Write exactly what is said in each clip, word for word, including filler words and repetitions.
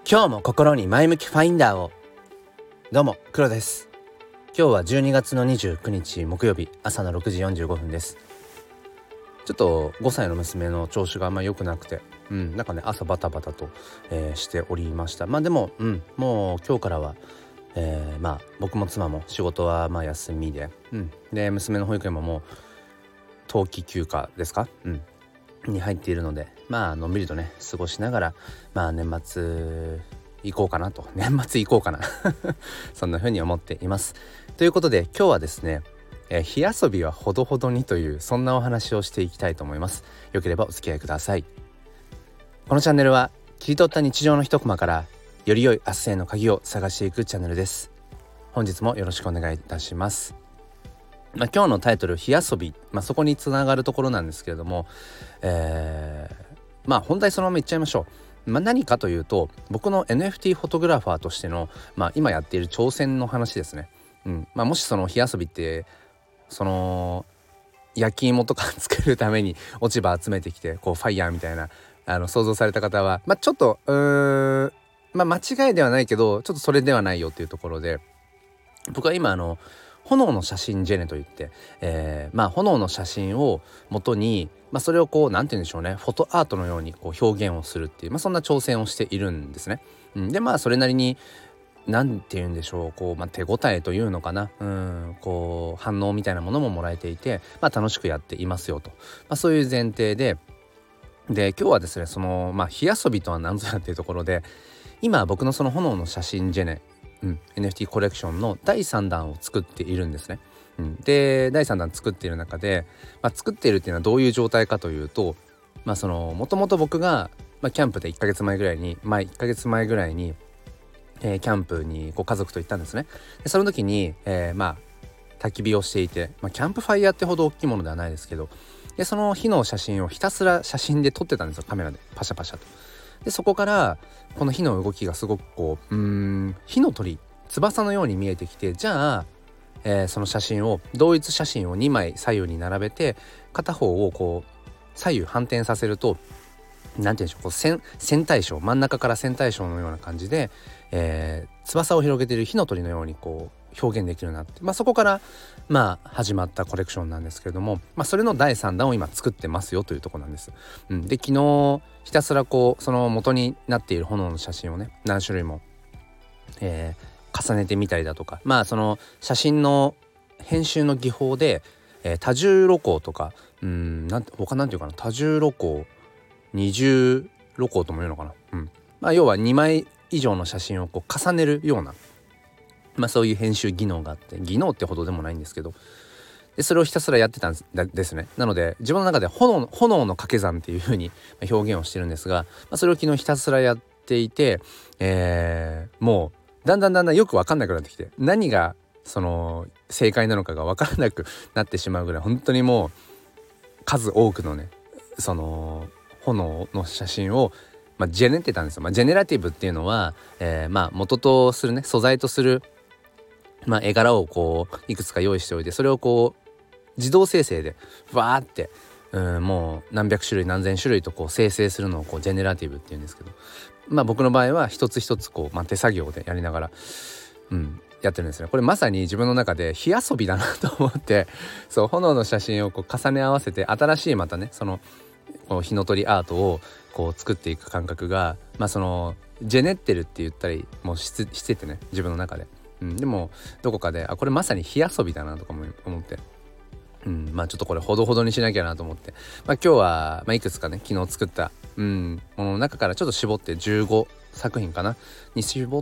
今日も心に前向きファインダーを。どうも黒です。今日はじゅうにがつのにじゅうくにち木曜日、朝のろくじよんじゅうごふんです。ちょっとごさいの娘の調子があんま良くなくて、うん、なんかね朝バタバタと、えーしておりました。まあでも、うん、もう今日からは、えー、まあ僕も妻も仕事はまあ休みで、うん、で娘の保育園ももう冬季休暇ですか、うんに入っているので、まあのんびりとね過ごしながら、まあ年末行こうかなと年末行こうかなそんな風に思っています。ということで今日はですね、えー、火遊びはほどほどにというそんなお話をしていきたいと思います。よければお付き合いください。このチャンネルは切り取った日常の一コマからより良い明日への鍵を探していくチャンネルです。本日もよろしくお願いいたします。まあ、今日のタイトル火遊び、まあ、そこにつながるところなんですけれども、えー、まあ本題そのままいっちゃいましょう。まあ、何かというと僕の エヌエフティー フォトグラファーとしての、まあ、今やっている挑戦の話ですね。うんまあ、もしその火遊びってその焼き芋とか作るために落ち葉集めてきてこうファイヤーみたいなあの想像された方は、まあ、ちょっとうーん、まあ、間違いではないけどちょっとそれではないよっていうところで、僕は今あの炎の写真ジェネといって、えー、まあ炎の写真を元に、まあ、それをこうなんて言うんでしょうね、フォトアートのようにこう表現をするっていう、まあ、そんな挑戦をしているんですね。うん、でまあそれなりになんて言うんでしょう、こう、まあ、手応えというのかな、うんこう反応みたいなものももらえていて、まあ、楽しくやっていますよと、まあ、そういう前提でで今日はですねそのまあ火遊びとは何ぞやっていうところで、今僕のその炎の写真ジェネ、うん、エヌエフティー コレクションのだいさんだんを作っているんですね。うん、でだいさんだん作っている中で、まあ、作っているっていうのはどういう状態かというと、まあそのもともと僕が、まあ、キャンプでいっかげつまえぐらいにまあいっかげつまえぐらいに、えー、キャンプにこう家族と行ったんですね。でその時に、えー、まあ焚き火をしていて、まあ、キャンプファイヤーってほど大きいものではないですけど、でその火の写真をひたすら写真で撮ってたんですよ、カメラでパシャパシャと。でそこからこの火の動きがすごくこううーん火の鳥翼のように見えてきて、じゃあ、えー、その写真を同一写真をにまい左右に並べて片方をこう左右反転させるとなんていうんでしょう、こう線線対称、真ん中から線対称のような感じで、えー、翼を広げている火の鳥のようにこう表現できるようになって、まあ、そこからまあ始まったコレクションなんですけれども、まあ、それのだいさんだんを今作ってますよというところなんです。うん、で昨日ひたすらこうその元になっている炎の写真をね何種類も、えー、重ねてみたりだとか、まあその写真の編集の技法で、えー、多重露光とかうんなんて他なんていうかな、多重露光二重露光とも言うのかな、うんまあ、要はにまい以上の写真をこう重ねるような、まあ、そういう編集技能があって、技能ってほどでもないんですけど、でそれをひたすらやってたんですね。なので自分の中で炎、炎の掛け算っていう風に表現をしてるんですが、まあ、それを昨日ひたすらやっていて、えー、もうだんだんだんだんよく分かんなくなってきて、何がその正解なのかが分からなくなってしまうぐらい、本当にもう数多くのねその炎の写真を、まあ、ジェネってたんですよ。まあ、ジェネラティブっていうのは、えー、まあ元とするね素材とする、まあ、絵柄をこういくつか用意しておいて、それをこう自動生成でわーって、うん、もう何百種類何千種類とこう生成するのをこうジェネラティブっていうんですけど、まあ僕の場合は一つ一つこう、まあ、手作業でやりながら、うん、やってるんですね。これまさに自分の中で火遊びだなと思って、そう炎の写真をこう重ね合わせて新しいまたねそのこう火の鳥アートをこう作っていく感覚が、まあそのジェネってるって言ったりも し, しててね自分の中で、うん、でもどこかであこれまさに火遊びだなとかも思って、うん、まあちょっとこれほどほどにしなきゃなと思って、まあ、今日は、まあ、いくつかね昨日作った、うん、ものの中からちょっと絞ってじゅうごさくひんかなに絞って、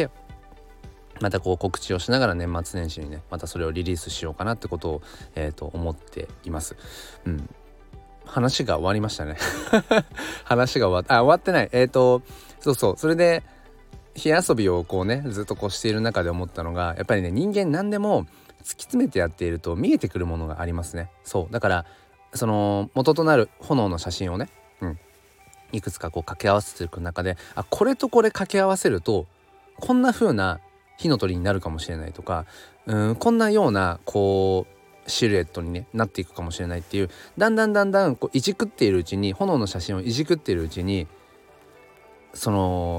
またこう告知をしながら年末年始にねまたそれをリリースしようかなってことを、えー、と思っています。うん、話が終わりましたね話が終わっあ終わってないえっ、ー、とそうそうそれで火遊びをこうねずっとこうしている中で思ったのが、やっぱりね人間何でも突き詰めてやっていると見えてくるものがありますね。そうだからその元となる炎の写真をね、うん、いくつかこう掛け合わせていく中で、あこれとこれ掛け合わせるとこんな風な火の鳥になるかもしれないとか、うんこんなようなこうシルエットに、ね、なっていくかもしれないっていう、だんだんだんだんこういじくっているうちに炎の写真をいじくっているうちにその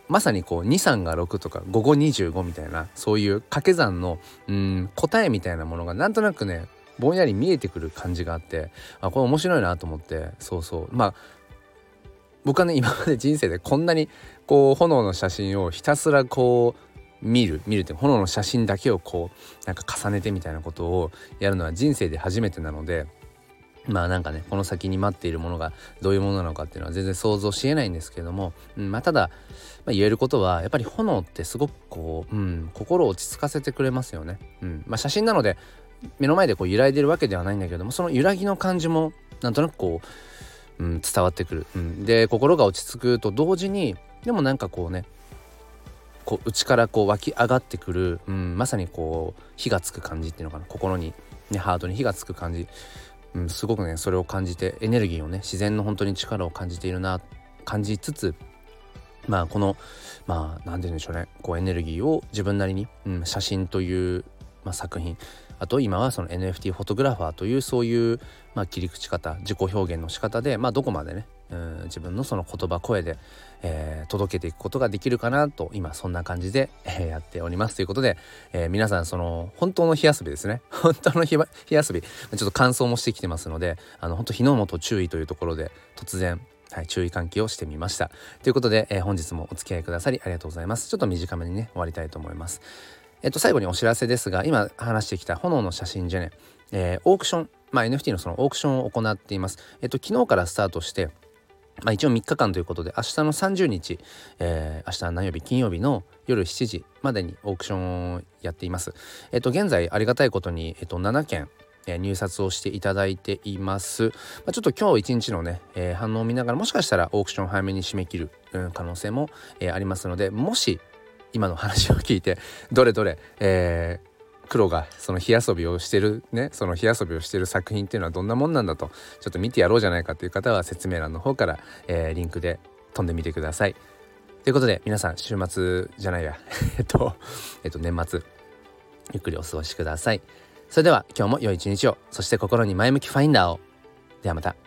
まさにこうにさんがろくとかごごにじゅうごみたいな、そういう掛け算のうん答えみたいなものがなんとなくねぼんやり見えてくる感じがあって、あこれ面白いなと思って、そうそうまあ僕はね今まで人生でこんなにこう炎の写真をひたすらこう見る見るって炎の写真だけをこうなんか重ねてみたいなことをやるのは人生で初めてなので、まあなんかねこの先に待っているものがどういうものなのかっていうのは全然想像しえないんですけれども、うん、まあただ、まあ、言えることはやっぱり炎ってすごくこう、うん、心を落ち着かせてくれますよね。うんまあ、写真なので目の前でこう揺らいでるわけではないんだけども、その揺らぎの感じもなんとなくこう、うん、伝わってくる、うん、で心が落ち着くと同時にでもなんかこうねこう内からこう湧き上がってくる、うん、まさにこう火がつく感じっていうのかな、心に、ね、ハートに火がつく感じ、うん、すごくねそれを感じてエネルギーをね自然の本当に力を感じているな感じつつ、まあこのまあ何て言うんでしょうね、こうエネルギーを自分なりに、うん、写真という、まあ、作品、あと今はその エヌエフティー フォトグラファーというそういう、まあ、切り口方自己表現の仕方で、まあ、どこまでね、うん、自分のその言葉声で、えー、届けていくことができるかなと今そんな感じで、えー、やっておりますということで、えー、皆さんその本当の火遊びですね本当の火、火遊びちょっと乾燥もしてきてますので、あの本当火の元注意というところで突然はい、注意喚起をしてみましたということで、えー、本日もお付き合いくださりありがとうございます。ちょっと短めにね終わりたいと思います。えっと最後にお知らせですが、今話してきた炎の写真ジェネ、えー、オークション、まあ、エヌエフティー のそのオークションを行っています。えっと昨日からスタートして、まあ、一応みっかかんということで明日のさんじゅうにち、えー、明日何曜日金曜日の夜しちじまでにオークションをやっています。えっと現在ありがたいことに、えっと、ななけん入札をしていただいています。まあ、ちょっと今日一日のね、えー、反応を見ながらもしかしたらオークション早めに締め切る、うん、可能性も、えー、ありますので、もし今の話を聞いてどれどれ、えー、黒がその火遊びをしてるねその火遊びをしてる作品っていうのはどんなもんなんだとちょっと見てやろうじゃないかという方は説明欄の方から、えー、リンクで飛んでみてください。ということで皆さん週末じゃないやえっとえっと年末ゆっくりお過ごしください。それでは今日も良い一日を、そして心に前向きファインダーを。ではまた。